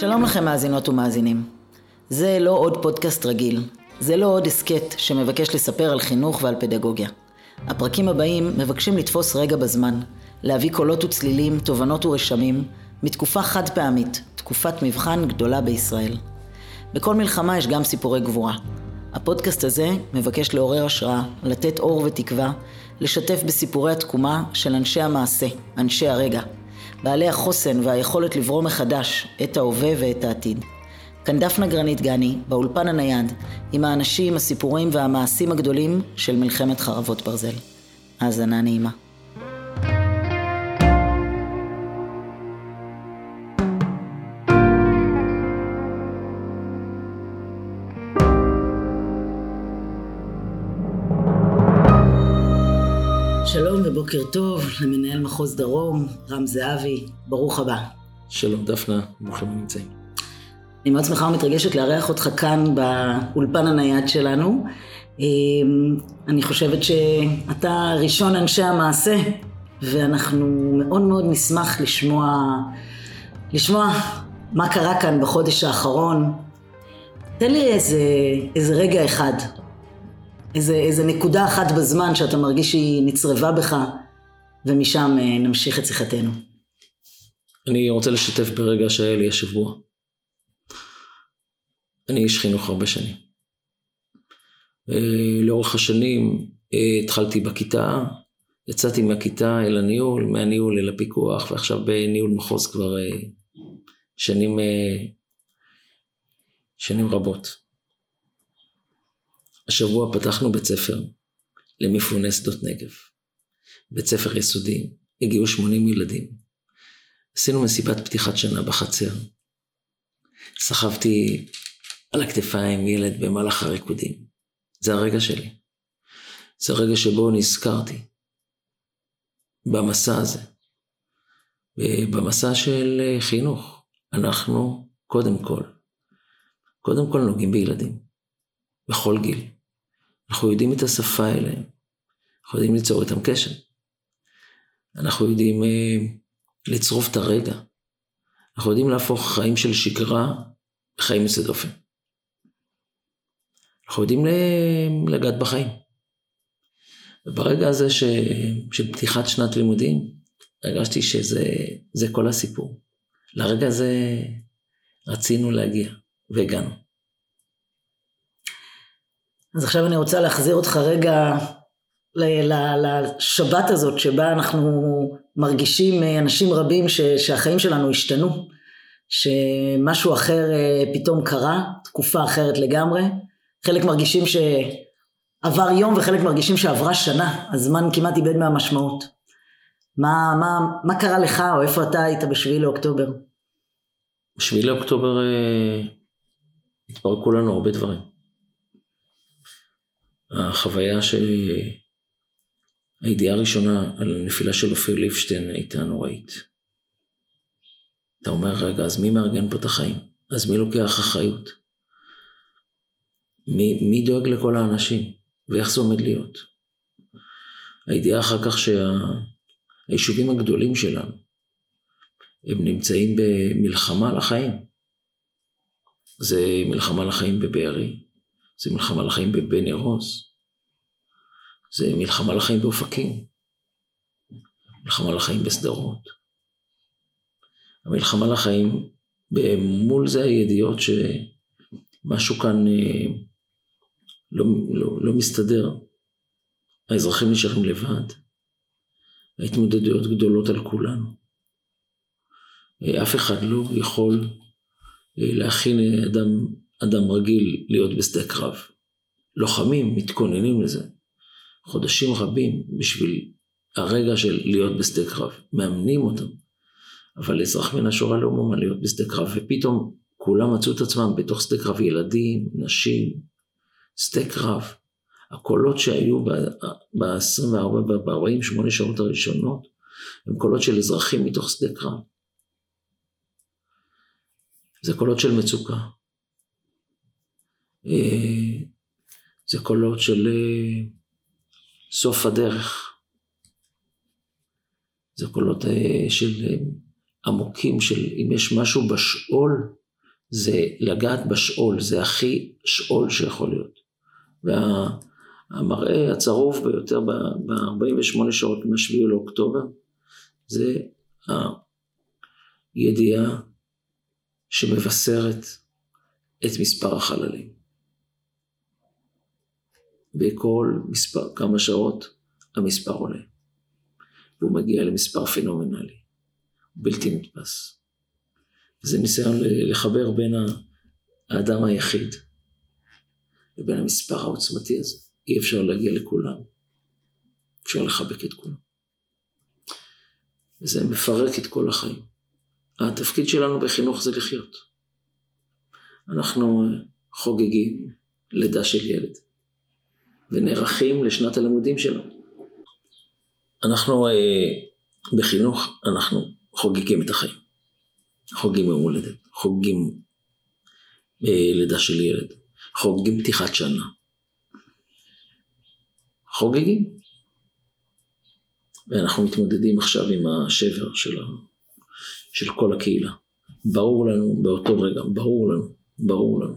שלום לכם מאזינות ומאזינים. זה לא עוד פודקאסט רגיל. זה לא עוד הסקט שמבקש לספר על חינוך ועל פדגוגיה. הפרקים הבאים מבקשים לתפוס רגע בזמן, להביא קולות וצלילים, תובנות ורשמים, מתקופה חד פעמית, תקופת מבחן גדולה בישראל. בכל מלחמה יש גם סיפורי גבורה. הפודקאסט הזה מבקש לעורר השראה, לתת אור ותקווה, לשתף בסיפורי התקומה של אנשי המעשה, אנשי הרגע, בעלי החוסן והיכולת לברוא מחדש את ההווה ואת העתיד. כאן דפנה גרנית גני, באולפן הנייד, עם האנשים, הסיפורים והמעשים הגדולים של מלחמת חרבות ברזל. האזנה נעימה. שלום ובוקר טוב למנהל מחוז דרום, רם זהבי, ברוך הבא. שלום דפנה, ברוכים הנמצאים. אני מאוד שמחה ומתרגשת לארח אותך כאן באולפן הנייד שלנו. אני חושבת שאתה ראשון אנשי המעשה, ואנחנו מאוד מאוד נשמח לשמוע מה קרה כאן בחודש האחרון. תן לי איזה רגע אחד, איזה נקודה אחת בזמן שאתה מרגיש שהיא נצרבה בך, ומשם נמשיך את שיחתנו. אני רוצה לשתף ברגע שהיה לי השבוע. אני איש חינוך הרבה שנים. לאורך השנים התחלתי בכיתה, יצאתי מהכיתה אל הניהול, מהניהול אל הפיקוח, ועכשיו בניהול מחוז כבר שנים רבות. השבוע פתחנו בית ספר למפוני שדות נגב. בית ספר יסודי, הגיעו 80 ילדים. עשינו מסיבת פתיחת שנה בחצר. סחבתי על הכתפיים ילד במהלך הריקודים. זה הרגע שלי. זה הרגע שבו נזכרתי במסע הזה. במסע של חינוך. אנחנו קודם כל נוגעים בילדים. בכל גיל. אנחנו יודעים את השפה אליהם. אנחנו יודעים ליצור איתם קשר. אנחנו יודעים לצרוף את הרגע. אנחנו יודעים להפוך חיים של שגרה לחיים יוצאי דופן. אנחנו יודעים לגעת בחיים. וברגע הזה של פתיחת שנת לימודים, הרגשתי שזה כל הסיפור. לרגע הזה רצינו להגיע, והגענו. אז עכשיו אני רוצה להחזיר אותך רגע לשבת הזאת, שבה אנחנו מרגישים אנשים רבים שהחיים שלנו השתנו, שמשהו אחר פתאום קרה, תקופה אחרת לגמרי. חלק מרגישים שעבר יום וחלק מרגישים שעברה שנה, הזמן כמעט איבד מהמשמעות. מה קרה לך או איפה אתה היית ב7 לאוקטובר? ב7 לאוקטובר התפרקו לנו הרבה דברים. החוויה הידיעה הראשונה על הנפילה של אופיר ליבשטיין הייתה נוראית. אתה אומר, רגע, אז מי מארגן פה את החיים? אז מי לוקח אחריות? מי דואג לכל האנשים? ואיך זה עומד להיות? הידיעה אחר כך שהיישובים הגדולים שלנו, הם נמצאים במלחמה על החיים. זה מלחמה על החיים בבארי, זה מלחמה על החיים בבני עוז, זה מלחמה על החיים באופקים, מלחמה על החיים בסדרות. המלחמה על החיים, מול זה הידיעות שמשהו כאן לא מסתדר. האזרחים נשארים לבד. ההתמודדויות גדולות על כולנו. אף אחד לא יכול להכין אדם רגיל להיות בשדה קרב. לוחמים מתכוננים לזה. חודשים רבים בשביל הרגע של להיות בשדה קרב. מאמנים אותם. אבל אזרח מן השורה לא מומה להיות בשדה קרב. ופתאום כולם מצאו את עצמם בתוך שדה קרב. ילדים, נשים, שדה קרב. הקולות שהיו ב-24 וב-48 שעות הראשונות, הם קולות של אזרחים מתוך שדה קרב. זה קולות של מצוקה. זה קולות של סוף הדרך. זה קולות של עמוקים, של אם יש משהו בשאול זה לגעת בשאול, זה הכי שאול שיכול להיות. והמראה הצרוף ביותר ב-48 שעות מ-7 לאוקטובר, זה הידיעה שמבשרת את מספר החללים. בכל כמה שעות המספר עולה. והוא מגיע למספר פנומנלי, בלתי נתפס. זה ניסיון לחבר בין האדם היחיד לבין המספר העוצמתי הזה. אי אפשר להגיע לכולם. אפשר לחבק את כולם. וזה מפרק את כל החיים. התפקיד שלנו בחינוך זה לחיות. אנחנו חוגגים לידה של ילד. ונערכים לשנת הלימודים שלנו. אנחנו בחינוך, אנחנו חוגגים את החיים. חוגגים יום הולדת, חוגגים לידה של ילד, חוגגים פתיחת שנה. חוגגים. ואנחנו מתמודדים עכשיו עם השבר של כל הקהילה. ברור לנו באותו רגע, ברור לנו,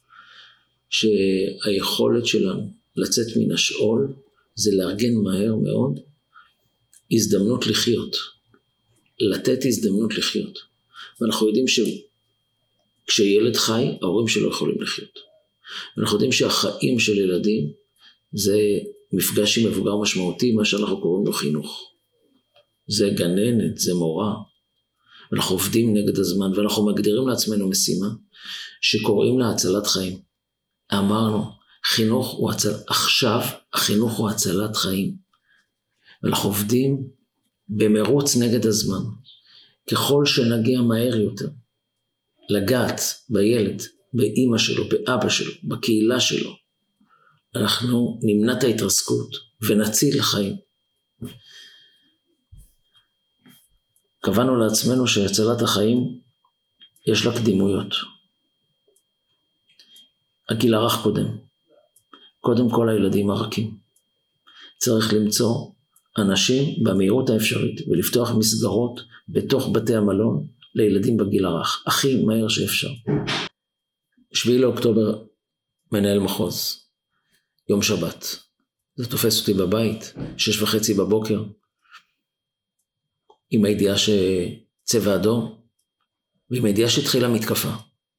שהיכולת שלנו לצאת מן השאול זה לארגן מהר מאוד הזדמנות לחיות. לתת הזדמנות לחיות. ואנחנו יודעים שכשילד חי, ההורים שלו יכולים לחיות. ואנחנו יודעים שהחיים של ילדים זה מפגש עם מבוגר משמעותי, מה שאנחנו קוראים לו חינוך. זה גננת, זה מורה. ואנחנו עובדים נגד הזמן, ואנחנו מגדירים לעצמנו משימה שקוראים לה הצלת חיים. אמרנו, עכשיו החינוך הוא הצלת חיים. ואנחנו עובדים במרוץ נגד הזמן. ככל שנגיע מהר יותר, לגעת בילד, באמא שלו, באבא שלו, בקהילה שלו, אנחנו נמנע את ההתרסקות ונציל חיים. קבענו לעצמנו שהצלת החיים יש לה קדימויות. הגיל הרך קודם כל הילדים הרכים. צריך למצוא אנשים במהירות האפשרית ולפתוח מסגרות בתוך בתי המלון לילדים בגיל הרך, הכי מהר שאפשר. 7 לאוקטובר מנהל מחוז, יום שבת. זה תופס אותי בבית, 6:30 בבוקר, עם הידיעה שצבע אדום, ועם הידיעה שהתחילה מתקפה.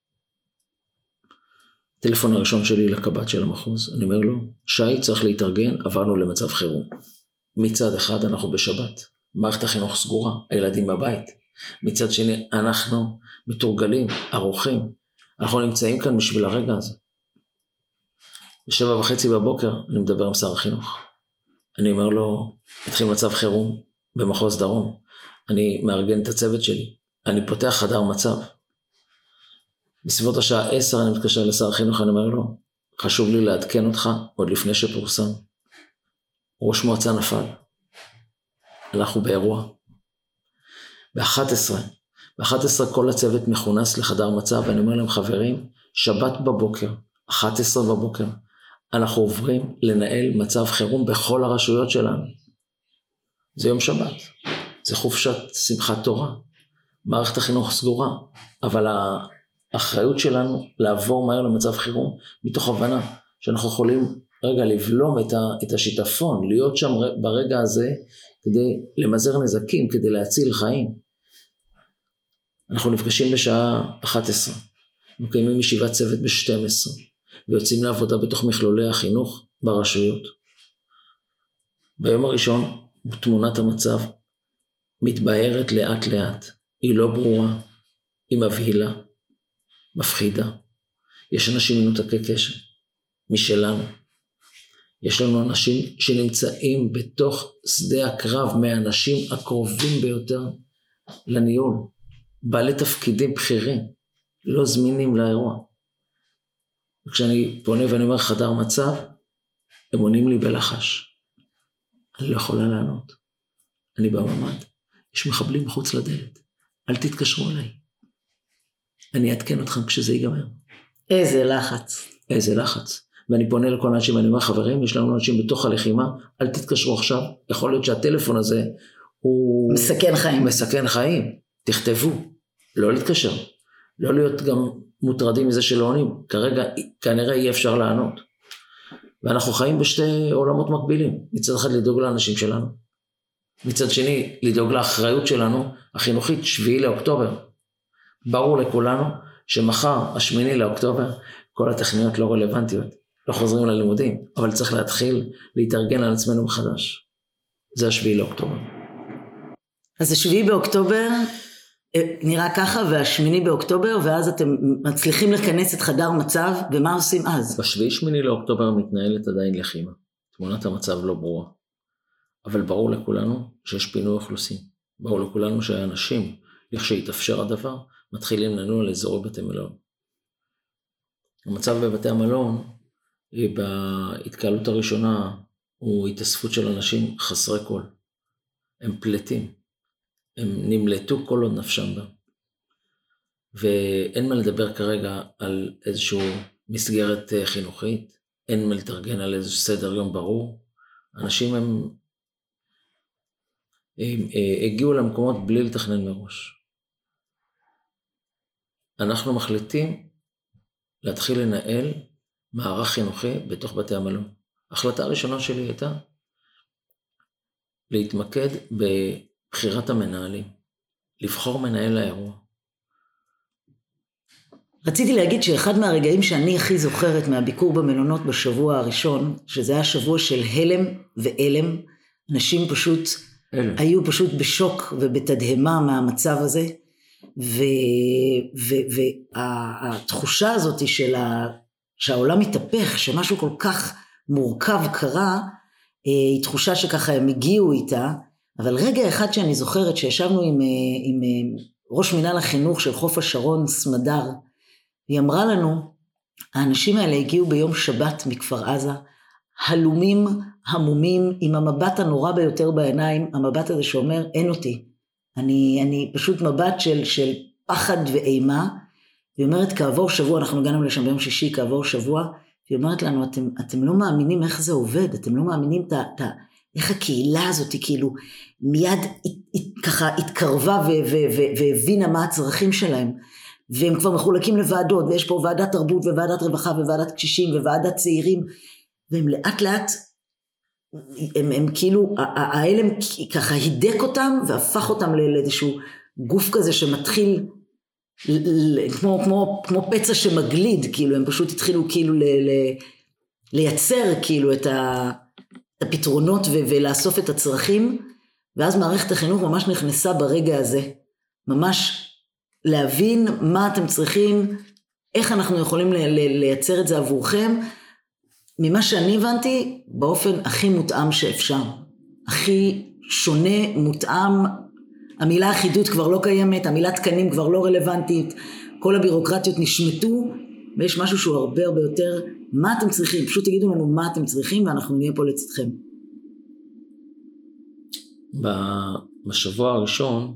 טלפון הראשון שלי לקב"ט של המחוז, אני אומר לו, שי צריך להתארגן, עברנו למצב חירום. מצד אחד אנחנו בשבת, מערכת החינוך סגורה, הילדים בבית. מצד שני אנחנו מתורגלים, ערוכים, אנחנו נמצאים כאן בשביל הרגע הזה. 7:30 בבוקר אני מדבר עם שר החינוך. אני אומר לו, התחיל מצב חירום במחוז דרום, אני מארגן את הצוות שלי, אני פותח חדר מצב. בסביבות השעה 10 אני מתקשר לשר החינוך, אני אומר לו, חשוב לי לעדכן אותך עוד לפני שפורסם. ראש מועצה נפל. אנחנו באירוע. ב-11 כל הצוות מכונס לחדר מצב, ואני אומר להם, חברים, שבת בבוקר, 11 בבוקר, אנחנו עוברים לנהל מצב חירום בכל הרשויות שלנו. זה יום שבת. זה חופשת שמחת תורה. מערכת החינוך סגורה, אבל האחריות שלנו לעבור מהר למצב חירום, מתוך הבנה שאנחנו יכולים רגע לבלום את השיטפון, להיות שם ברגע הזה, כדי למזער נזקים, כדי להציל חיים. אנחנו נפגשים בשעה 11, מקיימים ישיבת צוות ב-12, ויוצאים לעבודה בתוך מכלולי החינוך ברשויות. ביום הראשון, תמונת המצב מתבהרת לאט לאט, היא לא ברורה, היא מבהילה, מפחידה. יש אנשים מנותקי קשר, משלנו. יש לנו אנשים שנמצאים בתוך שדה הקרב, מהאנשים הקרובים ביותר לניהול, בעלי תפקידים בכירים, לא זמינים לאירוע. וכשאני פונה ואני אומר חדר מצב, הם עונים לי בלחש. אני לא יכולה לענות. אני בממ"ד, יש מחבלים מחוץ לדלת, אל תתקשרו אליי. אני אעדכן אתכם כשזה ייגמר. איזה לחץ. איזה לחץ. ואני פונה לכל אנשים, ואני אומר, חברים, יש לנו אנשים בתוך הלחימה, אל תתקשרו עכשיו, יכול להיות שהטלפון הזה הוא מסכן חיים. מסכן חיים, תכתבו, לא להתקשר. לא להיות גם מוטרדים מזה שלא עונים, כרגע כנראה אי אפשר לענות. ואנחנו חיים בשתי עולמות מקבילים, מצד אחד לדאוג לאנשים שלנו, מצד שני לדאוג לאחריות שלנו, החינוכית, 7 לאוקטובר. ברור לכולנו שמחר, 8 לאוקטובר, כל הטכניות לא רלוונטיות, לא חוזרים ללימודים, אבל צריך להתחיל להתארגן על עצמנו מחדש. זה 7 לאוקטובר. אז 7 באוקטובר נראה ככה, וה8 באוקטובר, ואז אתם מצליחים לכנס את חדר מצב, ומה עושים אז? ב7-8 לאוקטובר מתנהלת עדיין לחימה. תמונת המצב לא ברורה. אבל ברור לכולנו שיש פינוי אוכלוסין. ברור לכולנו שהאנשים, לכשיתאפשר הדבר, מתחילים לנוע לאזורי בתי מלון. המצב בבתי המלון, בהתקהלות הראשונה, הוא התאספות של אנשים חסרי כל. הם פלטים. הם נמלטו כל עוד נפשם בה. ואין מה לדבר כרגע על איזושהי מסגרת חינוכית, אין מה לתרגן על איזשהו סדר יום ברור. אנשים הם הגיעו למקומות בלי לתכנן מראש. אנחנו מחליטים להתחיל לנהל מערך חינוכי בתוך בתי המלון. ההחלטה הראשונה שלי הייתה להתמקד בבחירת המנהלים, לבחור מנהל לאירוע. רציתי להגיד שאחד מהרגעים שאני הכי זוכרת מהביקור במלונות בשבוע הראשון, שזה היה שבוע של הלם ואלם, אנשים פשוט היו פשוט בשוק ובתדהמה מהמצב הזה, והתחושה הזאת שהעולם מתהפך, שמשהו כל כך מורכב קרה, היא תחושה שככה הם הגיעו איתה, אבל רגע אחד שאני זוכרת שישבנו עם ראש מינהל החינוך של חוף השרון, סמדר, היא אמרה לנו, האנשים האלה הגיעו ביום שבת מכפר עזה, הלומים, המומים, עם המבט הנורא ביותר בעיניים, המבט הזה שאומר, אין אותי. אני פשוט מבט של פחד ואימה, והיא אומרת, כעבור שבוע, אנחנו הגענו לשם ביום שישי, כעבור שבוע, והיא אומרת לנו, אתם לא מאמינים איך זה עובד, אתם לא מאמינים איך הקהילה הזאת, כאילו, מיד ככה התקרבה והבינה מה הצרכים שלהם, והם כבר מחולקים לוועדות, ויש פה ועדת תרבות וועדת רווחה וועדת קשישים וועדת צעירים, והם לאט לאט, הם כאילו, האלם ככה הידק אותם, והפך אותם לאיזשהו גוף כזה שמתחיל, כמו פצע שמגליד, כאילו הם פשוט התחילו כאילו לייצר כאילו את הפתרונות ולאסוף את הצרכים, ואז מערכת החינוך ממש נכנסה ברגע הזה, ממש להבין מה אתם צריכים, איך אנחנו יכולים לייצר את זה עבורכם, ממה שאני הבנתי, באופן הכי מותאם שאפשר, הכי שונה, מותאם, המילה אחידות כבר לא קיימת, המילה תקנים כבר לא רלוונטית, כל הבירוקרטיות נשמטו, ויש משהו שהוא הרבה הרבה יותר, מה אתם צריכים, פשוט תגידו לנו מה אתם צריכים, ואנחנו נהיה פה לצדכם. בשבוע הראשון,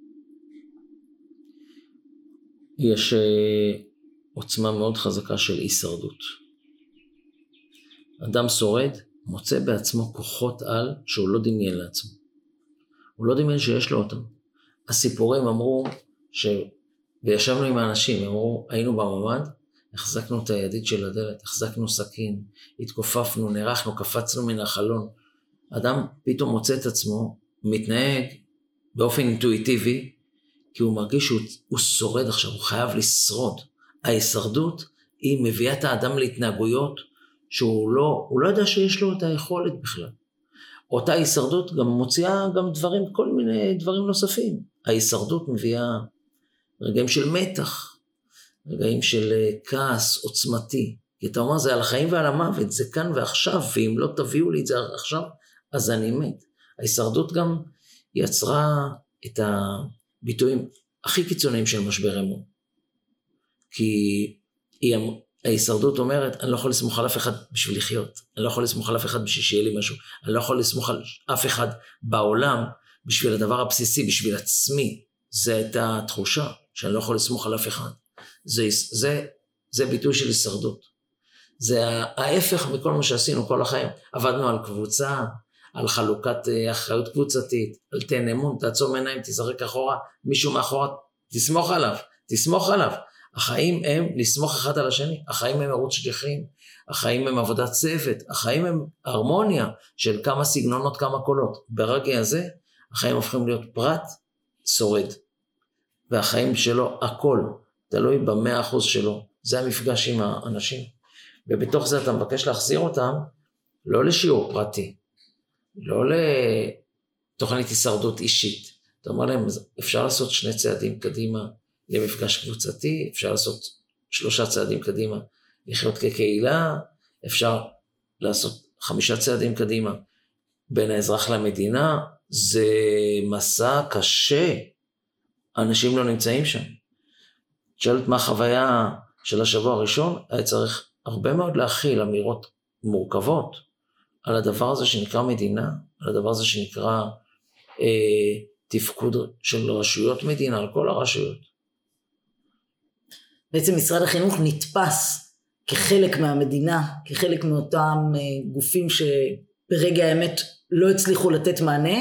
יש עוצמה מאוד חזקה של הישרדות. אדם שורד, מוצא בעצמו כוחות על שהוא לא דמיין לעצמו. הוא לא דמיין שיש לו אותם. הסיפורים אמרו, וישבנו עם האנשים, אמרו, היינו בממד, החזקנו את הידית של הדלת, החזקנו סכין, התכופפנו, נערכנו, קפצנו מן החלון. אדם פתאום מוצא את עצמו, מתנהג באופן אינטואיטיבי, כי הוא מרגיש שהוא שורד עכשיו, הוא חייב לשרוד. ההישרדות היא מביאה את האדם להתנהגויות, שהוא לא יודע שיש לו את היכולת בכלל. אותה הישרדות גם מוציאה גם דברים, כל מיני דברים נוספים. ההישרדות מביאה רגעים של מתח, רגעים של כעס עוצמתי. כי אתה אומר, זה על החיים ועל המוות, זה כאן ועכשיו, ואם לא תביאו לי את זה עכשיו, אז אני מת. ההישרדות גם יצרה את הביטויים הכי קיצוניים של משבר אמון. כי ההישרדות אומרת, אני לא יכול לסמוך על אף אחד בשביל לחיות, אני לא יכול לסמוך על אף אחד בשביל שיהיה לי משהו, אני לא יכול לסמוך על אף אחד בעולם בשביל הדבר הבסיסי, בשביל עצמי. זה הייתה התחושה שאני לא יכול לסמוך על אף אחד. זה ביטוי של הישרדות. זה ההפך מכל מה שעשינו כל החיים. עבדנו על קבוצה, על חלוקת אחריות קבוצתית, על תן אמון, תעצום עיניים, תזרק אחורה, מישהו מאחורה, תסמוך עליו. החיים הם לסמוך אחד על השני, החיים הם ערוץ שליחים, החיים הם עבודת צוות, החיים הם הרמוניה של כמה סגנונות, כמה קולות. ברגע הזה, החיים הופכים להיות פרט שורד. והחיים שלו, הכל, תלוי ב100% שלו. זה המפגש עם האנשים. ובתוך זה אתה מבקש להחזיר אותם, לא לשיעור פרטי, לא לתוכנית הישרדות אישית. אתה אומר להם, אפשר לעשות 2 צעדים קדימה למפגש קבוצתי, אפשר לעשות 3 צעדים קדימה לחיות כקהילה, אפשר לעשות 5 צעדים קדימה בין האזרח למדינה. זה מסע קשה, אנשים לא נמצאים שם. שאלת מה החוויה של השבוע הראשון, היה צריך הרבה מאוד להכיל אמירות מורכבות על הדבר הזה שנקרא מדינה, על הדבר הזה שנקרא תפקוד של רשויות מדינה, על כל הרשויות. בעצם משרד החינוך נתפס כחלק מהמדינה, כחלק מאותם גופים שברגע האמת לא הצליחו לתת מענה,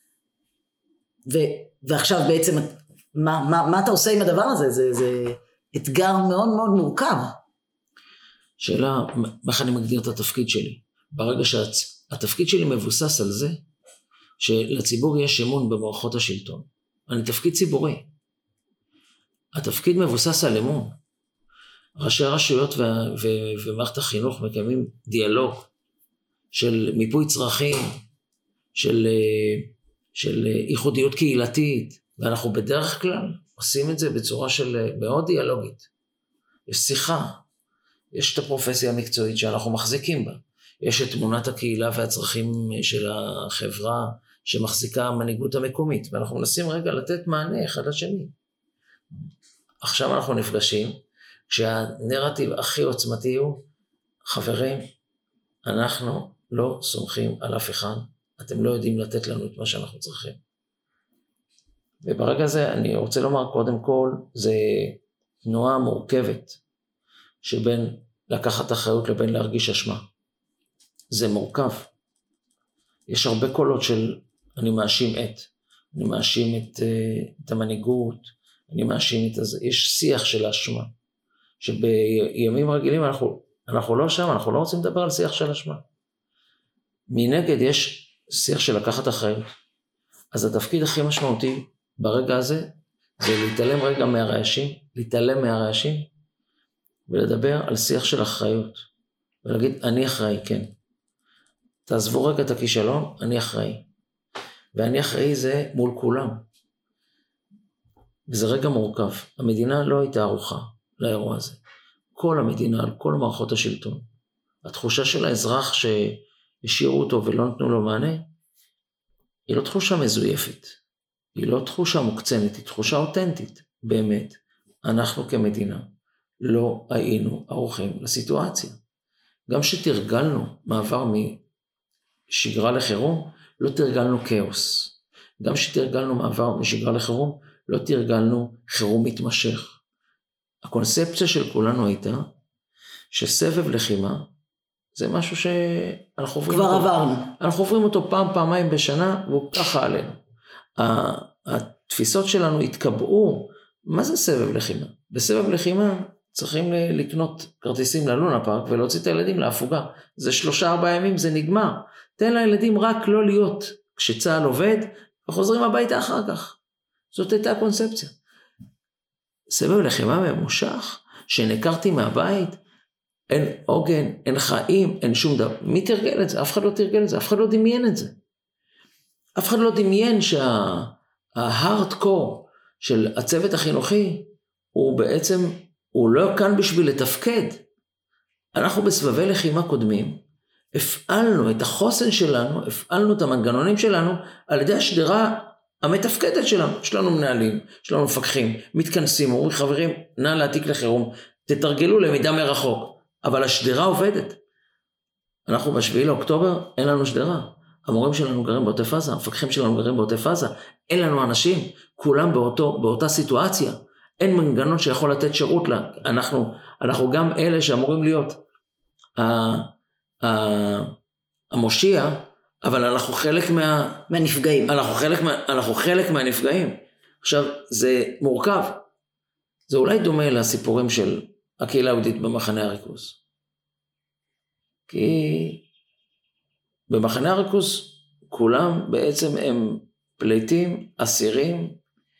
ועכשיו בעצם מה אתה עושה עם הדבר הזה? זה אתגר מאוד מאוד מורכב. שאלה, איך אני מגדיר את התפקיד שלי? ברגע שהתפקיד שלי מבוסס על זה, שלציבור יש אמון במערכות השלטון. אני תפקיד ציבורי. התפקיד מבוסס על אמון. ראשי הרשויות ומערכת החינוך מקיימים דיאלוג של מיפוי צרכים, של ייחודיות קהילתית, ואנחנו בדרך כלל עושים את זה בצורה של מאוד דיאלוגית. יש שיחה, יש את הפרופסיה המקצועית שאנחנו מחזיקים בה, יש את תמונת הקהילה והצרכים של החברה שמחזיקה המנהיגות המקומית, ואנחנו מנסים רגע לתת מענה אחד לשני. עכשיו אנחנו נפגשים, כשהנרטיב הכי עוצמתי הוא, חברים, אנחנו לא סומכים על אף אחד, אתם לא יודעים לתת לנו את מה שאנחנו צריכים. וברגע הזה אני רוצה לומר קודם כל, זה תנועה מורכבת, שבין לקחת אחריות לבין להרגיש אשמה. זה מורכב. יש הרבה קולות של אני מאשים אני מאשים את המנהיגות, אני מאשים את זה. יש שיח של האשמה, שבימים רגילים אנחנו לא שם, אנחנו לא רוצים לדבר על שיח של אשמה. מנגד יש שיח של לקחת אחריות. אז התפקיד הכי משמעותי ברגע הזה, זה להתעלם רגע מהרעשים, ולדבר על שיח של אחריות, ולהגיד אני אחראי, כן. תעזבו רגע את הכישלון, אני אחראי. ואני אחראי זה מול כולם. וזה רגע מורכב. המדינה לא הייתה ערוכה לאירוע הזה. כל המדינה, על כל מערכות השלטון. התחושה של האזרח שהשאירו אותו ולא נתנו לו מענה, היא לא תחושה מזויפת. היא לא תחושה מוקצנת, היא תחושה אותנטית. באמת, אנחנו כמדינה לא היינו ערוכים לסיטואציה. גם שתרגלנו מעבר משגרה לחירום, לא תרגלנו כאוס. גם שתרגלנו מעבר משגרה לחירום, לא תרגלנו חירום מתמשך. הקונספציה של כולנו הייתה, שסבב לחימה, זה משהו שאנחנו עוברים כבר אותו. עברנו. אנחנו עוברים אותו פעמיים בשנה, והוא ככה עלינו. התפיסות שלנו התקבעו, מה זה סבב לחימה? בסבב לחימה צריכים לקנות כרטיסים ללונה פארק, ולהוציא את הילדים להפוגה. זה 3-4 ימים, זה נגמר. תן לילדים רק לא להיות כשצהל עובד, וחוזרים הביתה אחר כך. זאת הייתה הקונספציה. סבב לחימה ממושך, שנקרתי מהבית, אין עוגן, אין חיים, אין שום דבר. מי תרגל את זה? אף אחד לא תרגל את זה, אף אחד לא דמיין את זה. אף אחד לא דמיין שההארדקור של הצוות החינוכי, הוא בעצם, הוא לא כאן בשביל לתפקד. אנחנו בסבבי לחימה קודמים, הפעלנו את החוסן שלנו, הפעלנו את המנגנונים שלנו, על ידי השדרה המתפקדת שלנו. יש לנו מנהלים, יש לנו מפקחים, מתכנסים, אומרים חברים, נא להעתיק לחירום, תתרגלו למידה מרחוק, אבל השדרה עובדת. אנחנו ב7 לאוקטובר, אין לנו שדרה. המורים שלנו גרים בעוטף עזה, המפקחים שלנו גרים בעוטף עזה, אין לנו אנשים, כולם באותה סיטואציה. אין מנגנון שיכול לתת שירות לה. אנחנו גם אלה שאמורים להיות המושיע, אבל אנחנו חלק מהנפגעים. אנחנו חלק מהנפגעים. עכשיו, זה מורכב. זה אולי דומה לסיפורים של הקהילה היהודית במחנה הריכוז. כי במחנה הריכוז כולם בעצם הם פליטים, אסירים,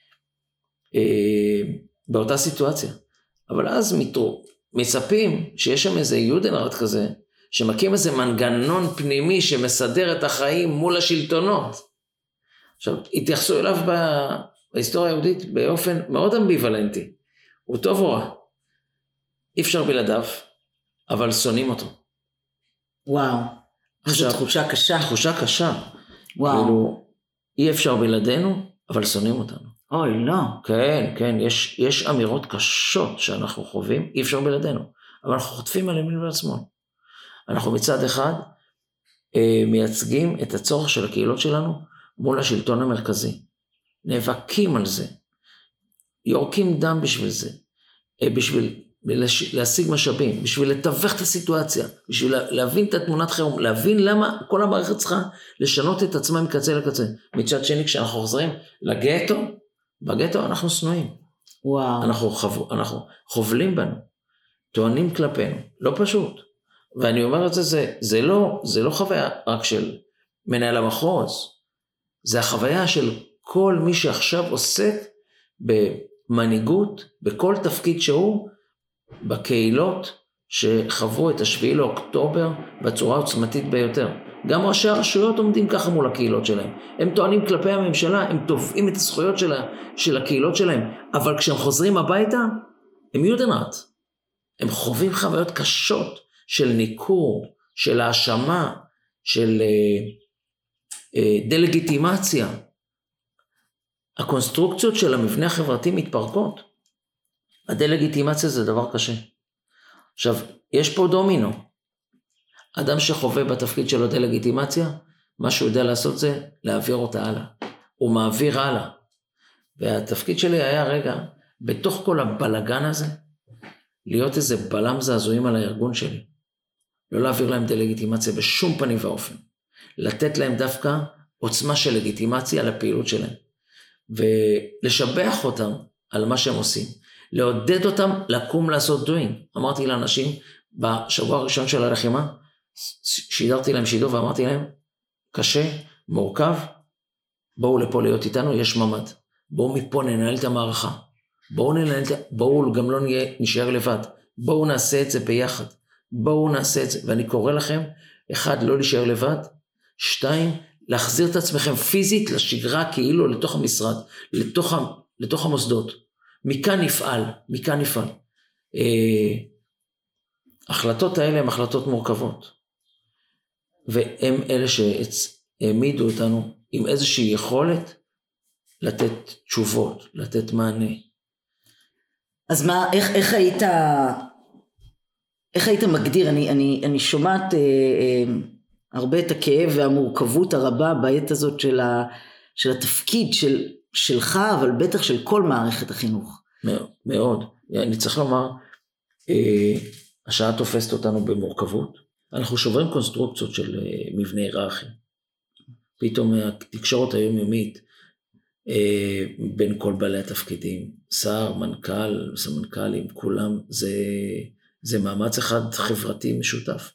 באותה סיטואציה. אבל אז מצפים שיש שם איזה יודנראט כזה, שמקים איזה מנגנון פנימי שמסדר את החיים מול השלטונות. עכשיו, התייחסו אליו בהיסטוריה היהודית באופן מאוד אמביוולנטי. הוא טוב או רע. אי אפשר בלעדיו, אבל שונאים אותו. וואו, זו תחושה קשה. תחושה קשה. וואו. כאילו, אי אפשר בלעדינו, אבל שונאים אותנו. אוי, לא. כן, כן, יש אמירות קשות שאנחנו חווים, אי אפשר בלעדינו. אבל אנחנו חוטפים על ימין ועל שמאל. אנחנו מצד אחד מייצגים את הצורך של הקהילות שלנו מול השלטון המרכזי. נאבקים על זה. יורקים דם בשביל זה. בשביל להשיג משאבים, בשביל לתווך את הסיטואציה, בשביל להבין את התמונת חירום, להבין למה כל המערכת צריכה לשנות את עצמה מקצה לקצה. מצד שני, כשאנחנו חוזרים לגטו, בגטו אנחנו שנואים. וואו. אנחנו חובלים בנו, טוענים כלפינו, לא פשוט. ואני אומר את זה, זה לא חוויה רק של מנהל המחוז, זה החוויה של כל מי שעכשיו עוסק במנהיגות, בכל תפקיד שהוא, בקהילות שחוו את 7 לאוקטובר בצורה עוצמתית ביותר. גם ראשי הרשויות עומדים ככה מול הקהילות שלהם. הם טוענים כלפי הממשלה, הם תובעים את הזכויות של הקהילות שלהם, אבל כשהם חוזרים הביתה, הם יודנראט. הם חווים חוויות קשות של ניכור, של האשמה, של דלגיטימציה. הקונסטרוקציות של המבנה החברתי מתפרקות. הדלגיטימציה זה דבר קשה. עכשיו, יש פה דומינו. אדם שחווה בתפקיד שלו דלגיטימציה, מה שהוא יודע לעשות זה להעביר אותה הלאה. הוא מעביר הלאה. והתפקיד שלי היה רגע, בתוך כל הבלגן הזה, להיות איזה בלם זעזועים על הארגון שלי. לא להעביר להם דלגיטימציה בשום פנים ואופן. לתת להם דווקא עוצמה של לגיטימציה על הפעילות שלהם. ולשבח אותם על מה שהם עושים. לעודד אותם לקום לעשות דוין. אמרתי לאנשים בשבוע הראשון של הלחימה, שידרתי להם שידור ואמרתי להם, קשה, מורכב, בואו לפה להיות איתנו, יש ממד. בואו מפה ננהל את המערכה. בואו גם לא נשאר לבד. בואו נעשה את זה ביחד. בואו נעשה את זה. ואני קורא לכם, 1, לא להישאר לבד. 2, להחזיר את עצמכם פיזית לשגרה כאילו לתוך המשרד, לתוך המוסדות. מכאן נפעל. החלטות האלה הן החלטות מורכבות. והם אלה שהעמידו אותנו עם איזושהי יכולת לתת תשובות, לתת מענה. אז מה, איך היית מגדיר? אני שומעת הרבה את הכאב והמורכבות הרבה בעת הזאת של התפקיד שלך, אבל בטח של כל מערכת החינוך. מאוד. אני צריך לומר, השעה תופסת אותנו במורכבות. אנחנו שוברים קונסטרוקציות של מבנה היררכי. פתאום התקשורת היומיומית בין כל בעלי התפקידים, שר, מנכ"ל, סמנכ"לים, כולם, זה מאמץ אחד חברתי משותף.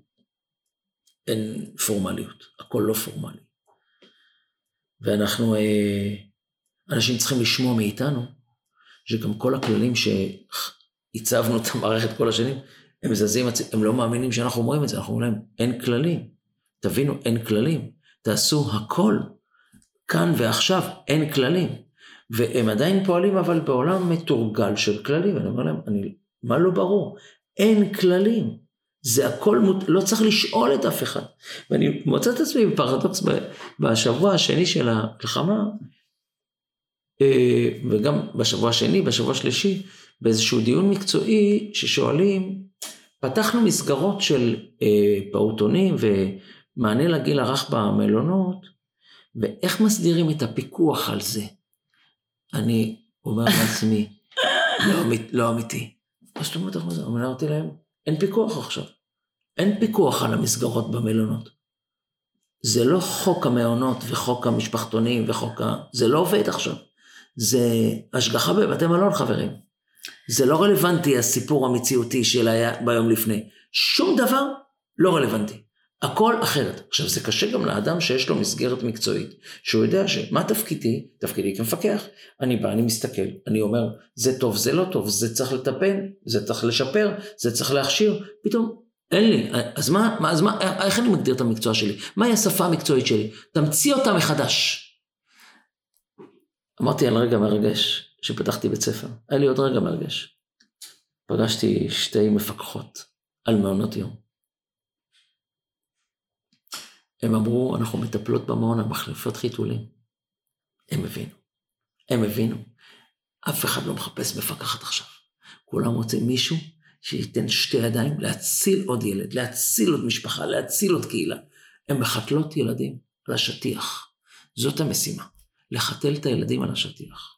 אין פורמליות, הכל לא פורמלי. ואנחנו, אנשים צריכים לשמוע מאיתנו, שגם כל הכללים שהצבנו את המערכת כל השנים, הם מזזים, הם לא מאמינים שאנחנו אומרים את זה, אנחנו אומרים להם, אין כללים, תבינו, אין כללים, תעשו הכל, כאן ועכשיו, אין כללים, והם עדיין פועלים, אבל בעולם מתורגל של כללים, ואני אומר להם, מה לא ברור? אין כללים, זה הכל, לא צריך לשאול את אף אחד, ואני מוצא את עצמי בפרדוקס בשבוע השני של המלחמה, וגם בשבוע השני, בשבוע השלישי, באיזשהו דיון מקצועי ששואלים, פתחנו מסגרות של פעוטונים ומענה לגיל הרך במלונות, ואיך מסדירים את הפיקוח על זה? אני אומר לעצמי, לא אמיתי. אז זאת אומרת, אמרתי להם, אין פיקוח עכשיו. אין פיקוח על המסגרות במלונות. זה לא חוק המעונות וחוק המשפחתונים זה לא עובד עכשיו. זה השגחה בבתי מלון, חברים. זה לא רלוונטי הסיפור המציאותי של היה ביום לפני. שום דבר לא רלוונטי. הכל אחרת. עכשיו זה קשה גם לאדם שיש לו מסגרת מקצועית, שהוא יודע שמה תפקידי? תפקידי כמפקח. אני בא, אני מסתכל, אני אומר, זה טוב, זה לא טוב, זה צריך לטפל, זה צריך לשפר, זה צריך להכשיר. פתאום, אין לי. אז מה, איך אני מגדיר את המקצוע שלי? מהי השפה המקצועית שלי? תמציא אותה מחדש. אמרתי על רגע מרגש, שפתחתי בית ספר. היה לי עוד רגע מרגש. פגשתי 2 מפקחות על מעונות יום. הם אמרו, אנחנו מטפלות במעון, המחליפות חיתולים. הם הבינו. אף אחד לא מחפש מפקחת עכשיו. כולם רוצים מישהו שייתן 2 ידיים להציל עוד ילד, להציל עוד משפחה, להציל עוד קהילה. הם מחתלות ילדים על השטיח. זאת המשימה. לחתל את הילדים על השטיח.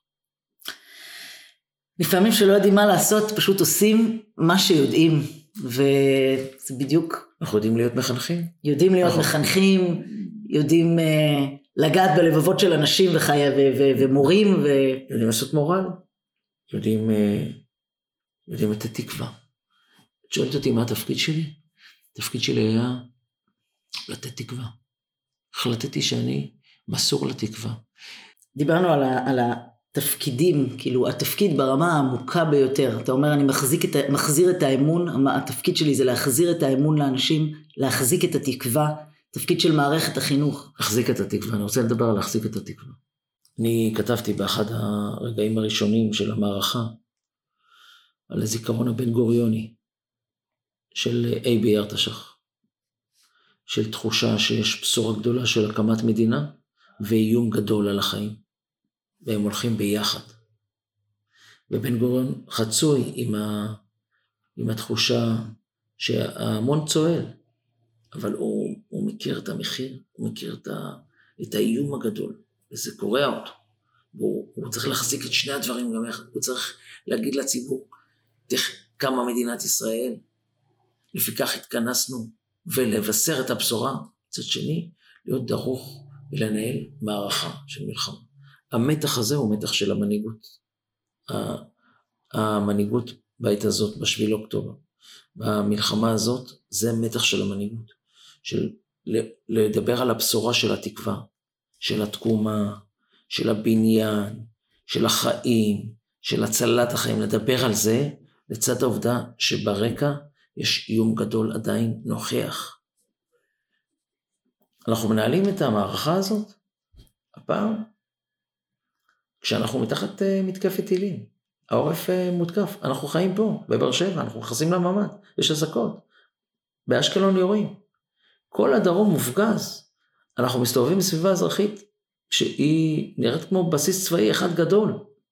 לפעמים שלא יודעים מה לעשות, פשוט עושים מה שיודעים, וזה בדיוק... אנחנו יודעים להיות מחנכים. יודעים להיות מחנכים, יודעים לגעת בלבבות של אנשים ומורים. יודעים לעשות מורל, יודעים לתת תקווה. את שואלת אותי מה התפקיד שלי? התפקיד שלי היה לתת תקווה. החלטתי שאני מסור לתקווה. דיברנו על התפקידים, כאילו התפקיד ברמה העמוקה ביותר. אתה אומר, אני מחזיר את האמון, התפקיד שלי זה להחזיר את האמון לאנשים, להחזיק את התקווה, תפקיד של מערכת החינוך. להחזיק את התקווה, אני רוצה לדבר על להחזיק את התקווה. אני כתבתי באחד הרגעים הראשונים של המערכה, על הזיכרון הבן גוריוני, של A.B. ארטשך, של תחושה שיש בשורה גדולה של הקמת מדינה, ואיום גדול על החיים, והם הולכים ביחד. ובן גוריון חצוי עם התחושה שההמון צועל, אבל הוא מכיר את המחיר, הוא מכיר את האיום הגדול, וזה קורע אותו. הוא צריך להחזיק את שני הדברים גם יחד, הוא צריך להגיד לציבור, כמה מדינת ישראל, לפיכך התכנסנו, ולבשר את הבשורה, מצד שני, להיות דרוך, ולנהל מערכה של מלחמה. המתח הזה הוא מתח של המנהיגות. המנהיגות בעת הזאת, בשביל אוקטובר. במלחמה הזאת, זה מתח של המנהיגות. של לדבר על הבשורה של התקווה, של התקומה, של הבניין, של החיים, של הצלת החיים. לדבר על זה, לצד העובדה שברקע יש איום גדול עדיין נוכח. אנחנו מנהלים את המערכה הזאת, הפעם, כשאנחנו מתחת מתקפת טילים, העורף מותקף, אנחנו חיים פה, בבאר שבע, אנחנו נכנסים לממ"ד, יש אזעקות, באשקלון יורים, כל הדרום מופגז, אנחנו מסתובבים בסביבה אזרחית, שהיא נראית כמו בסיס צבאי אחד גדול.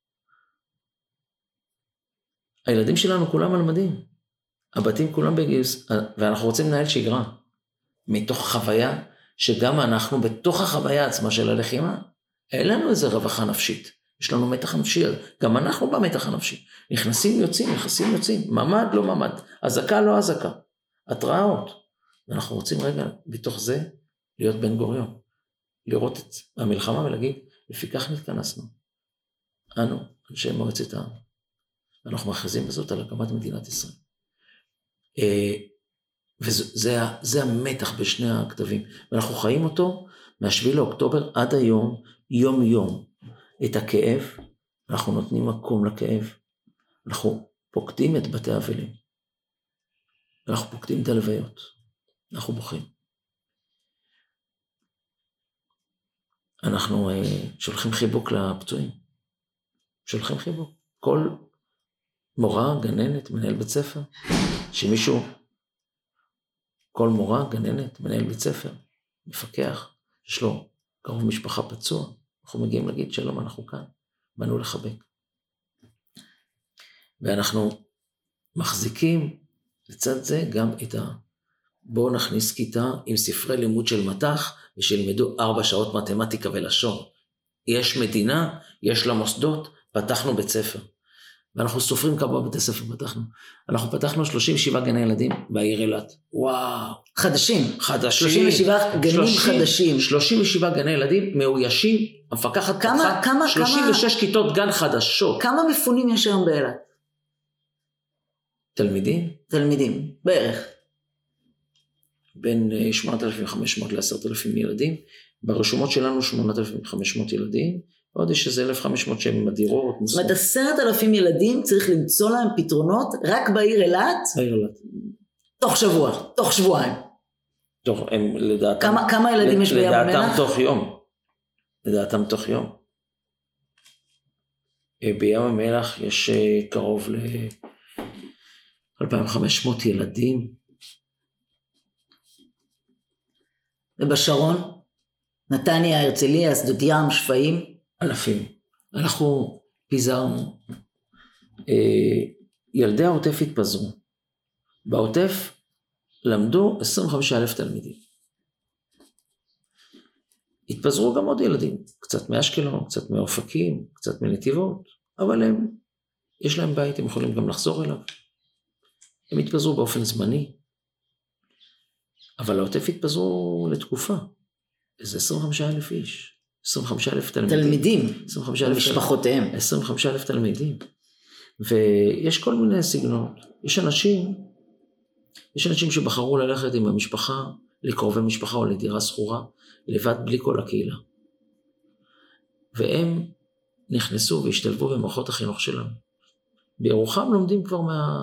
הילדים שלנו כולם על מדים, הבתים כולם בגיוס, ואנחנו רוצים לנהל שגרה, מתוך חוויה, שגם אנחנו בתוך החוויה עצמה של הלחימה, אין לנו איזה רווחה נפשית, יש לנו מתח נפשי, גם אנחנו במתח הנפשי, נכנסים יוצאים, ממד לא ממד, הזקה לא הזקה, התראות, ואנחנו רוצים רגע בתוך זה להיות בן גוריון, לראות את המלחמה ולהגיד, לפיכך נתכנסנו, אנו, אנשי מועצת העם, ואנחנו מכריזים בזאת על הקמת מדינת ישראל. וזה המתח בשני הכתבים, ואנחנו חיים אותו מה7 לאוקטובר עד היום, יום יום, את הכאב, אנחנו נותנים מקום לכאב, אנחנו פוקדים את בתי האבלים, אנחנו פוקדים את הלוויות, אנחנו בוכים. אנחנו שולחים חיבוק לפצועים, שולחים חיבוק. כל מורה, גננת, מנהל בית ספר, שמישהו, כל מורה, גננת, מנהל בית ספר, מפקח, יש לו קרוב משפחה פצוע, אנחנו מגיעים להגיד שלום, אנחנו כאן, באנו לחבק. ואנחנו מחזיקים לצד זה גם את בואו נכניס כיתה עם ספרי לימוד של מתח, ושילמדו 4 שעות מתמטיקה ולשון. יש מדינה, יש לה מוסדות, פתחנו בית ספר. ואנחנו סופרים כמה בתי ספר פתחנו. אנחנו פתחנו 37 גני ילדים בעיר אילת. וואו. חדשים. 37 גנים חדשים. 37 גני ילדים מאוישים, המפקחת פתחה 36 כיתות גן חדשות. כמה מפונים יש היום באילת? תלמידים, בערך. בין 8,500 ל-10,000 ילדים, ברשומות שלנו 8,500 ילדים, עוד יש איזה 1,500 שהם עם הדירות. זאת אומרת, 10,000 ילדים צריך למצוא להם פתרונות רק בעיר אילת? בעיר אילת. תוך שבועיים. הם לדעתם... כמה ילדים יש בים המלח? לדעתם תוך יום. בים המלח יש קרוב ל-2,500 ילדים. ובשרון? נתניה, הרצליה, שדות ים, שפיים? אלפים. אנחנו פיזרנו. ילדי העוטף התפזרו. בעוטף למדו 25,000 תלמידים. התפזרו גם עוד ילדים, קצת מאשקלון, קצת מאופקים, קצת מנתיבות, אבל יש להם בית, הם יכולים גם לחזור אליו. הם התפזרו באופן זמני, אבל העוטף התפזרו לתקופה. איזה 25,000 איש, 25,000 תלמידים, 25,000 משפחותיהם. 25,000 תלמידים. ויש כל מיני סגנונות. יש אנשים שבחרו ללכת עם המשפחה, לקרובי משפחה או לדירה סחורה, לבד בלי כל הקהילה. והם נכנסו והשתלבו במערכות החינוך שלנו. בירוחם לומדים כבר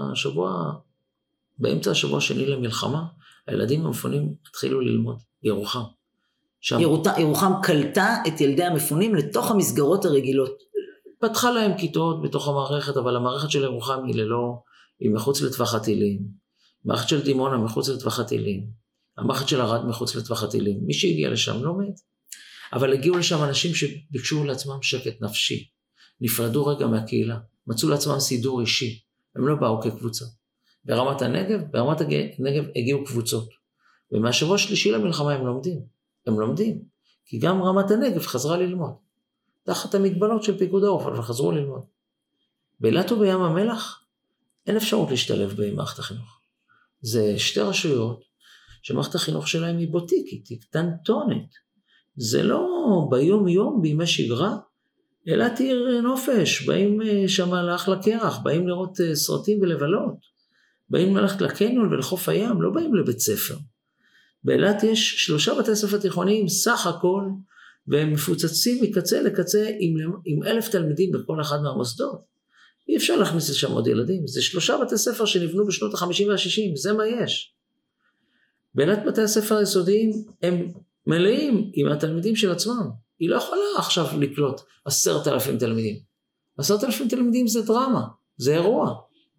באמצע השבוע השני למלחמה, הילדים המפונים התחילו ללמוד בירוחם. ירוחם קלטה את ילדי המפונים לתוך המסגרות הרגילות. פתחה להם כיתות בתוך המערכת, אבל המערכת של ירוחם היא מחוץ לטווח הטילים. המערכת של דימונה מחוץ לטווח הטילים. המערכת של ערד מחוץ לטווח הטילים. מי שהגיע לשם לא מת. אבל הגיעו לשם אנשים שביקשו לעצמם שקט נפשי. נפרדו רגע מהקהילה. מצאו לעצמם סידור אישי. הם לא באו כקבוצה. ברמת הנגב הגיעו קבוצות. ומהשבוע השלישי למלחמה הם לומדים. כי גם רמת הנגב חזרה ללמוד. תחת המגבלות של פיקוד העורף, אבל חזרו ללמוד. באילת ובים המלח אין אפשרות להשתלב במערכת החינוך. זה שתי רשויות שמערכת החינוך שלהם היא בוטיקית, היא קטנטונת. זה לא ביום יום, בימי שגרה, אילת עיר נופש, באים שם לאחלה קרח, באים לראות סרטים ולבלות, באים ללכת לקניון ולחוף הים, לא באים לבית ספר. באילת יש 3 בתי ספר תיכוניים סך הכל, והם מפוצצים מקצה לקצה עם 1,000 תלמידים בכל אחד מהמוסדות. אי אפשר להכניס לשם עוד ילדים. זה 3 בתי ספר שנבנו בשנות ה-50 וה-60, זה מה יש. באילת בתי הספר היסודיים הם מלאים עם התלמידים של עצמם. היא לא יכולה עכשיו לקלוט 10,000 תלמידים. 10,000 תלמידים זה דרמה, זה אירוע.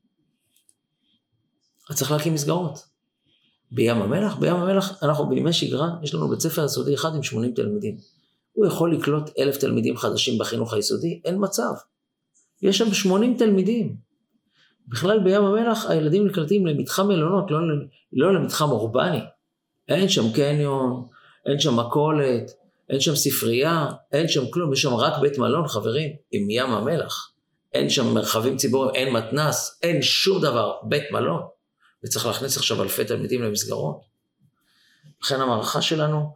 אז צריך להקים מסגרות. בים המלח אנחנו בימי שגרה, יש לנו בית ספר יסודי אחד עם 80 תלמידים. הוא יכול לקלוט 1,000 תלמידים חדשים בחינוך היסודי, אין מצב. יש שם 80 תלמידים. בכלל בים המלח הילדים נקלטים למתחם מלונות, לא למתחם אורבני. אין שם קניון, אין שם מכולת, אין שם ספרייה, אין שם כלום, יש שם רק בית מלון, חברים, עם ים המלח. אין שם מרחבים ציבוריים, אין מתנס, אין שום דבר, בית מלון. וצריך להכניס עכשיו 1,000 תלמידים למסגרות. לכן המערכה שלנו,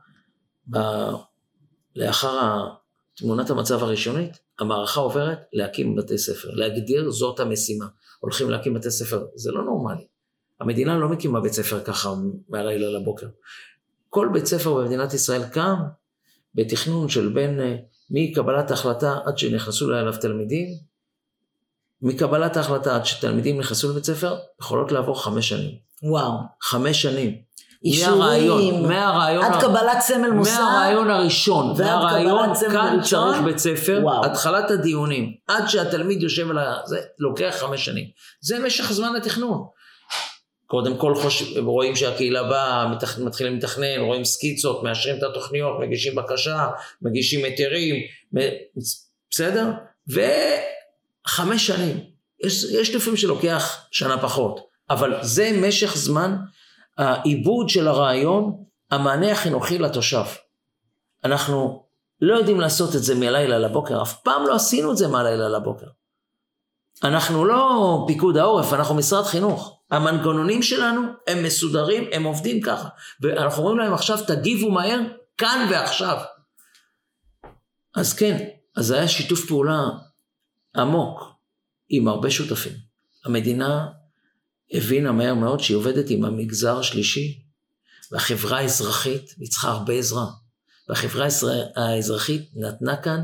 לאחר תמונת המצב הראשונית, המערכה עוברת להקים בתי ספר, להגדיר זאת המשימה. הולכים להקים בתי ספר, זה לא נורמלי. המדינה לא מקימה בית ספר ככה מהלילה לבוקר. כל בית ספר במדינת ישראל קם בתכנון של בין מקבלת ההחלטה עד שנכנסו אליו תלמידים, מקבלת ההחלטה עד שתלמידים נכנסו לבית ספר, יכולות לעבור 5 שנים. וואו. 5 שנים. אישורים, עד קבלת סמל מוסד. מהרעיון הראשון, מהרעיון כאן צריך בית ספר, התחלת הדיונים, עד שהתלמיד יושב על זה, לוקח 5 שנים. זה משך זמן לתכנון. קודם כל רואים שהקהילה באה, מתחילים לתכנן, רואים סקיצות, מאשרים את התוכניות, מגישים בקשה, מגישים היתרים, בסדר? ו5 שנים. יש לפעמים שלוקח שנה פחות, אבל זה משך זמן, העיבוד של הרעיון, המענה החינוכי לתושב. אנחנו לא יודעים לעשות את זה מהלילה לבוקר, אף פעם לא עשינו את זה מהלילה לבוקר. אנחנו לא פיקוד העורף, אנחנו משרד חינוך. המנגנונים שלנו הם מסודרים, הם עובדים ככה. ואנחנו רואים להם עכשיו, תגיבו מהר, כאן ועכשיו. אז כן, אז זה היה שיתוף פעולה עמוק, עם הרבה שותפים. המדינה הבינה מהר מאוד שהיא עובדת עם המגזר השלישי, והחברה האזרחית צריכה הרבה עזרה. והחברה האזרחית נתנה כאן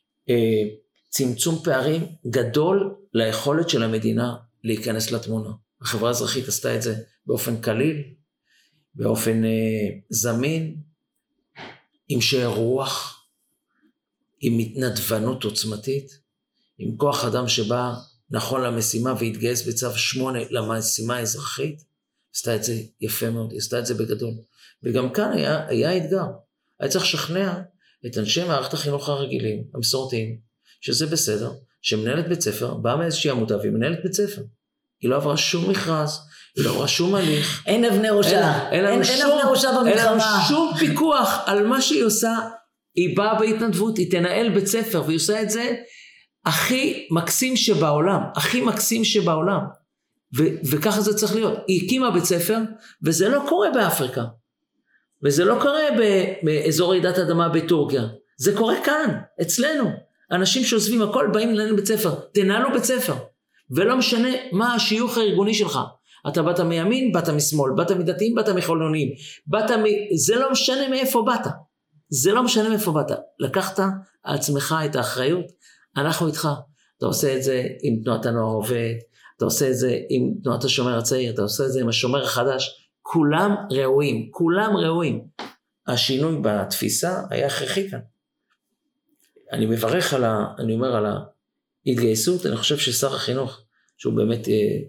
צמצום פערים גדול ליכולת של המדינה להיכנס לתמונה. החברה האזרחית עשתה את זה באופן קליל, באופן זמין, עם שאר רוח, עם התנדבנות עוצמתית, עם כוח אדם שבא נכון למשימה והתגייס בצו 8 למשימה האזרחית, עשתה את זה יפה מאוד, עשתה את זה בגדול. וגם כאן היה אתגר, היה צריך לשכנע את אנשי מערכת החינוך הרגילים, המסורתיים, שזה בסדר, שמנהלת בית ספר, באה מאיזושהי עמותה והיא מנהלת בית ספר. היא לא עברה שום מכרז, היא לא עברה שום הליך. אין אבני ראשה. אין אבני ראשה במלחמה. אין לנו שום פיקוח על מה שהיא עושה. היא באה בהתנדבות, היא תנהל בית ספר, והיא עושה את זה הכי מקסים שבעולם, הכי מקסים שבעולם. וככה זה צריך להיות. היא הקימה בית ספר, וזה לא קורה באפריקה. וזה לא קורה באזור רעידת אדמה בטורקיה. זה קורה כאן, אצלנו. אנשים שעוזבים הכל באים לנהל בית ספר. תנהלו בית ספר. ולא משנה מה השיוך הארגוני שלך. אתה באת מימין, באת משמאל, באת מדתיים, באת מחילונים. זה לא משנה מאיפה באת. זה לא משנה מאיפה באת. לקחת על עצמך את האחריות. אנחנו איתך. אתה עושה את זה עם תנועת הנוער עובד, אתה עושה את זה עם תנועת השומר הצעיר, אתה עושה את זה עם השומר החדש. כולם ראויים, כולם ראויים. השינוי בתפיסה היה הכרחי כאן. אני מברך אני אומר על ההתגייסות, אני חושב ששר החינוך, שהוא באמת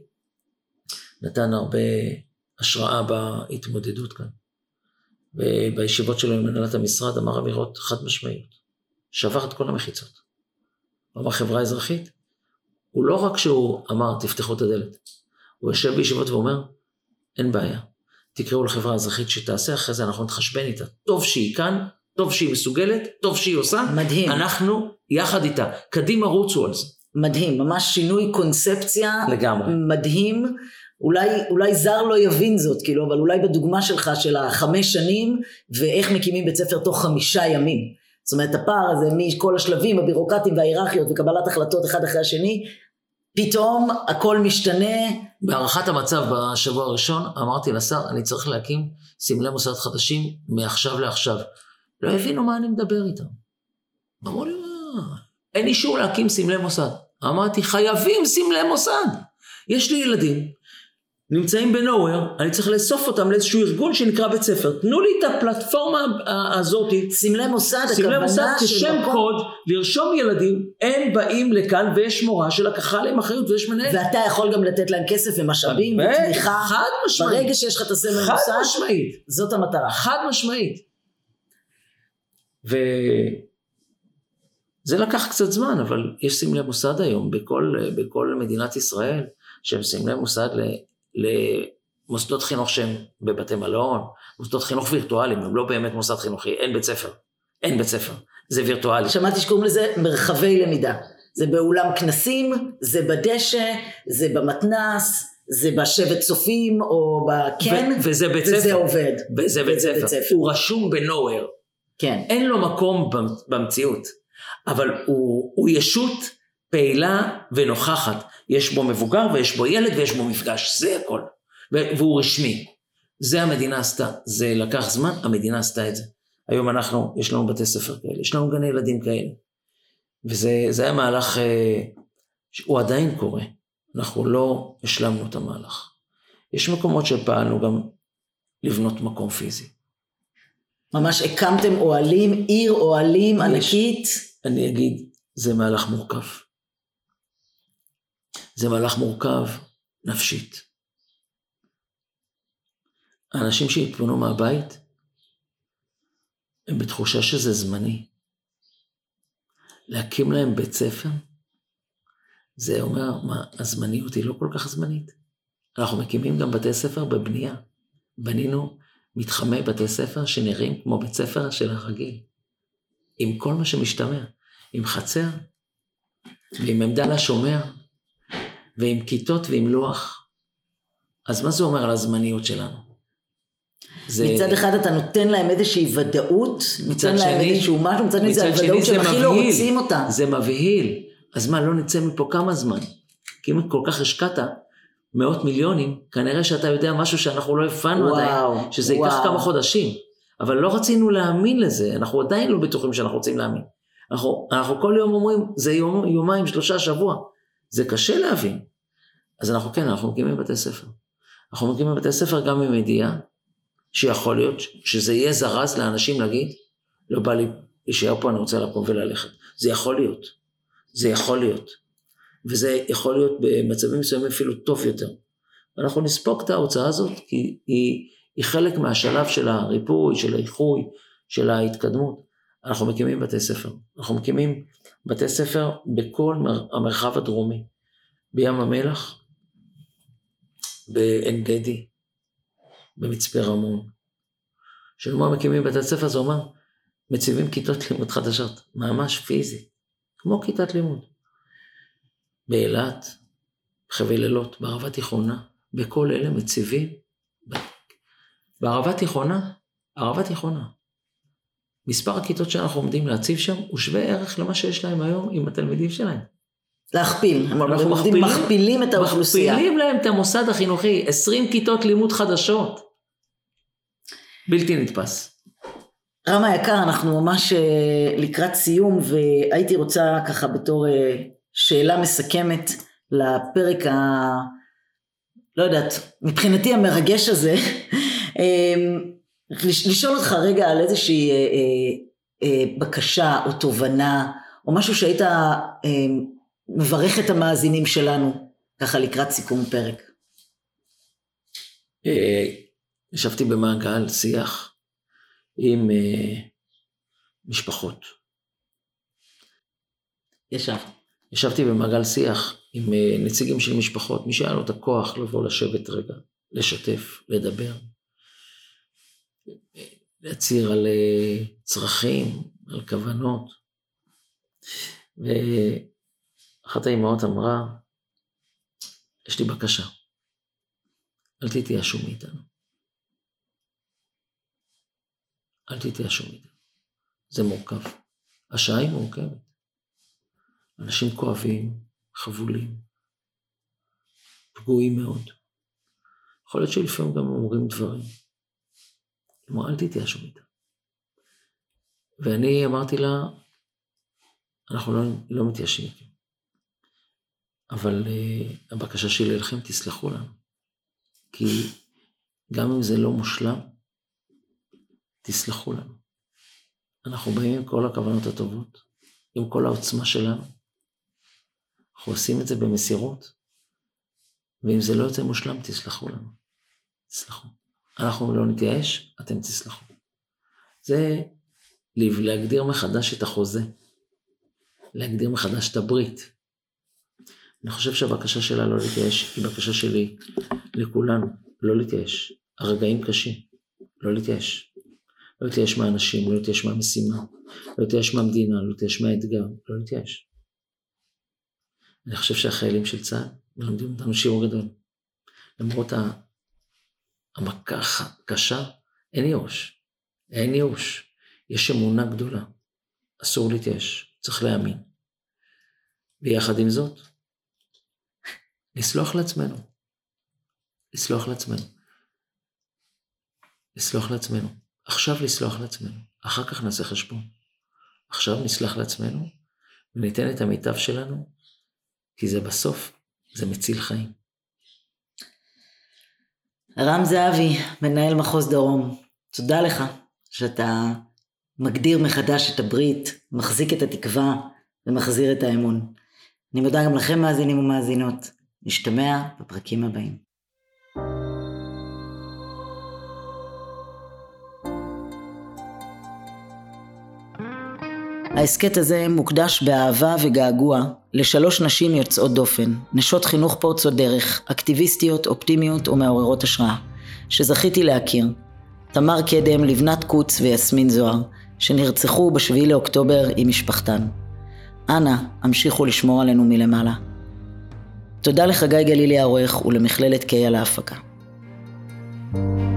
נתן הרבה השראה בהתמודדות כאן. ובישיבות שלו עם מנהלת המשרד אמר אמירות חד משמעיות. שבר את כל המחיצות. הוא אמר חברה אזרחית, הוא לא רק שהוא אמר תפתחו את הדלת, הוא יושב בישיבות ואומר, אין בעיה, תקראו לחברה אזרחית שתעשה, אחרי זה אנחנו נתחשבן איתה. טוב שהיא כאן, טוב שהיא מסוגלת, טוב שהיא עושה, מדהים. אנחנו יחד איתה, קדימה רוצו על זה. מדהים, ממש שינוי קונספציה, לגמרי. מדהים, אולי זר לא יבין זאת, כאילו, אבל אולי בדוגמה שלך של 5 שנים, ואיך מקימים בית ספר תוך 5 ימים. זאת אומרת, הפער הזה מכל השלבים, הבירוקרטיים וההיררכיות, וקבלת החלטות אחד אחרי השני, פתאום הכל משתנה. בהערכת המצב בשבוע הראשון, אמרתי לשר, אני צריך להקים סמלי מוסד חדשים, מעכשיו לעכשיו. לא הבינו מה אני מדבר איתם. אמרו לי, אין אישור להקים סמלי מוסד. אמרתי, חייבים סמלי מוסד. יש לי ילדים, נמצאים בנוהוור, אני צריך לאסוף אותם לאיזשהו ארגון שנקרא בית ספר. תנו לי את הפלטפורמה הזאת. סמלי מוסד, סמלי מוסד כשם קוד, לרשום ילדים, הם באים לכאן ויש מורה שלקחה להם אחריות ויש מנהל. ואתה יכול גם לתת להם כסף ומשאבים ותמיכה. חד משמעית. ברגע שיש לך את הסמל מוסד, חד משמעית. זאת המטרה. חד משמעית. וזה לקח קצת זמן, אבל יש סמלי מוסד היום בכל מדינת ישראל, שהם סמלי מוסד למוסדות חינוך שהם בבתי מלון, מוסדות חינוך וירטואליים, הם לא באמת מוסד חינוכי, אין בית ספר, אין בית ספר, זה וירטואלי. שמעתי שקוראים לזה מרחבי למידה, זה באולם כנסים, זה בדשא, זה במתנס, זה בשבט צופים, או בכן, וזה בית ספר, וזה עובד. וזה בית ספר, הוא רשום בנוהוור, כן. אין לו מקום במציאות, אבל הוא ישות פעילה ונוכחת, יש בו מבוגר ויש בו ילד ויש בו מפגש, זה הכל, והוא רשמי, זה המדינה עשתה, זה לקח זמן, המדינה עשתה את זה, היום יש לנו בתי ספר כאלה, יש לנו גני ילדים כאלה, וזה היה מהלך, הוא עדיין קורה, אנחנו לא השלמנו את המהלך, יש מקומות שפעלנו גם לבנות מקום פיזי. ממש הקמתם אוהלים, עיר אוהלים ענקית. אני אגיד, זה מהלך מורכב. זה מהלך מורכב נפשית. האנשים שהתפנו מהבית, הם בתחושה שזה זמני. להקים להם בית ספר, זה אומר, מה, הזמניות היא לא כל כך זמנית. אנחנו מקימים גם בתי ספר בבנייה. בנינו מתחמי בתי ספר שנראים כמו בית ספר של הרגיל. עם כל מה שמשתמע. עם חצר, ועם עמדה לשומר, ועם כיתות ועם לוח. אז מה זה אומר על הזמניות שלנו? מצד אחד אתה נותן להם איזושהי ודאות, נותן להם איזשהו משהו, מצד שני זה הוודאות שהם הכי לא רוצים אותה. זה מבהיל. אז מה, לא נצא מפה כמה זמן? כי אם כל כך השקעת, מאות מיליונים, כנראה שאתה יודע משהו שאנחנו לא הבנו עדיין, שזה ייקח כמה חודשים, אבל לא רצינו להאמין לזה, אנחנו עדיין לא בטוחים שאנחנו רוצים להאמין. אנחנו כל יום אומרים, זה יומיים, 3 שבוע, זה קשה להבין. אז אנחנו מקימים בתי ספר. אנחנו מקימים בתי ספר גם עם ידיעה, שיכול להיות שזה יהיה זרז לאנשים להגיד, לא בא לי להישאר פה, אני רוצה לקום וללכת. זה יכול להיות. זה יכול להיות. וזה יכול להיות במצבים מסוימים אפילו טוב יותר. ואנחנו נספוק את ההוצאה הזאת, כי היא חלק מהשלב של הריפוי, של האיחוי, של ההתקדמות. אנחנו מקימים בתי ספר. אנחנו מקימים בתי ספר בכל המרחב הדרומי. בים המלח, בעין גדי, במצפה רמון. כשאומר מקימים בתי ספר, זה אומר, מציבים כיתות לימוד חדשות, ממש פיזי, כמו כיתת לימוד. באילת, בחבל אילות, בערבה תיכונה, בכל אלה מציבים, בערבה תיכונה, מספר הכיתות שאנחנו עומדים להציב שם, הוא שווה ערך למה שיש להם היום עם התלמידים שלהם. להכפיל, אנחנו מכפילים את האוכלוסייה. מכפילים להם את המוסד החינוכי, 20 כיתות לימוד חדשות. בלתי נתפס. רם היקר, אנחנו ממש לקראת סיום, והייתי רוצה ככה בתור שאלה מסכמת לפרק לא יודעת, מבחינתי המרגש הזה, לשאול אותך רגע על איזושהי בקשה או תובנה, או משהו שהיית מברך את המאזינים שלנו, ככה לקראת סיכום פרק. ישבתי במעגל שיח עם משפחות. ישבתי במעגל שיח עם נציגים של משפחות, מי שהיה לו את הכוח לבוא לשבת רגע, לשתף, לדבר, להציר על צרכים, על כוונות. ואחת האימהות אמרה, יש לי בקשה, אל תתייאשו מאיתנו. אל תתייאשו מאיתנו. זה מורכב. השעה היא מורכבת. אנשים כואבים, חבולים, פגועים מאוד. יכול להיות שלפעמים גם אומרים דברים. כלומר, אל תתייאשו מאיתנו. ואני אמרתי לה, אנחנו לא מתייאשים מכם. אבל הבקשה שלי לכם, תסלחו לנו. כי גם אם זה לא מושלם, תסלחו לנו. אנחנו באים עם כל הכוונות הטובות, עם כל העוצמה שלנו. אנחנו עושים את זה במסירות, ואם זה לא יוצא מושלם, תסלחו לנו. תסלחו. אנחנו לא נתייאש, אתם תסלחו. זה להגדיר מחדש את החוזה, להגדיר מחדש את הברית. אני חושב שהבקשה שלה לא להתייאש, היא בקשה שלי לכולנו, לא להתייאש. הרגעים קשים, לא להתייאש. לא להתייאש מהאנשים, לא להתייאש מהמשימה, לא להתייאש מהמדינה, לא להתייאש מהאתגר, לא להתייאש. אני חושב שהחיילים של צה"ל מלמדים אותנו שיעור גדול. למרות המכה הקשה, אין ייאוש. אין ייאוש. יש אמונה גדולה. אסור להתייאש. צריך להאמין. ויחד עם זאת, לסלוח לעצמנו. לסלוח לעצמנו. לסלוח לעצמנו. עכשיו לסלוח לעצמנו. אחר כך נעשה חשבון. עכשיו נסלח לעצמנו, וניתן את המיטב שלנו, כי זה בסוף, זה מציל חיים. רם זהבי, מנהל מחוז דרום, תודה לך שאתה מגדיר מחדש את הברית, מחזיק את התקווה ומחזיר את האמון. אני מודה גם לכם מאזינים ומאזינות. נשתמע בפרקים הבאים. העסקת הזה מוקדש באהבה וגעגוע ל3 נשים יוצאות דופן, נשות חינוך פורצות דרך, אקטיביסטיות, אופטימיות ומעוררות השראה, שזכיתי להכיר. תמר קדם, לבנת קוץ ויסמין זוהר, שנרצחו ב7 לאוקטובר עם משפחתן. אנא, המשיכו לשמור עלינו מלמעלה. תודה לחגי גלילי העורך ולמכללת קיי על ההפקה.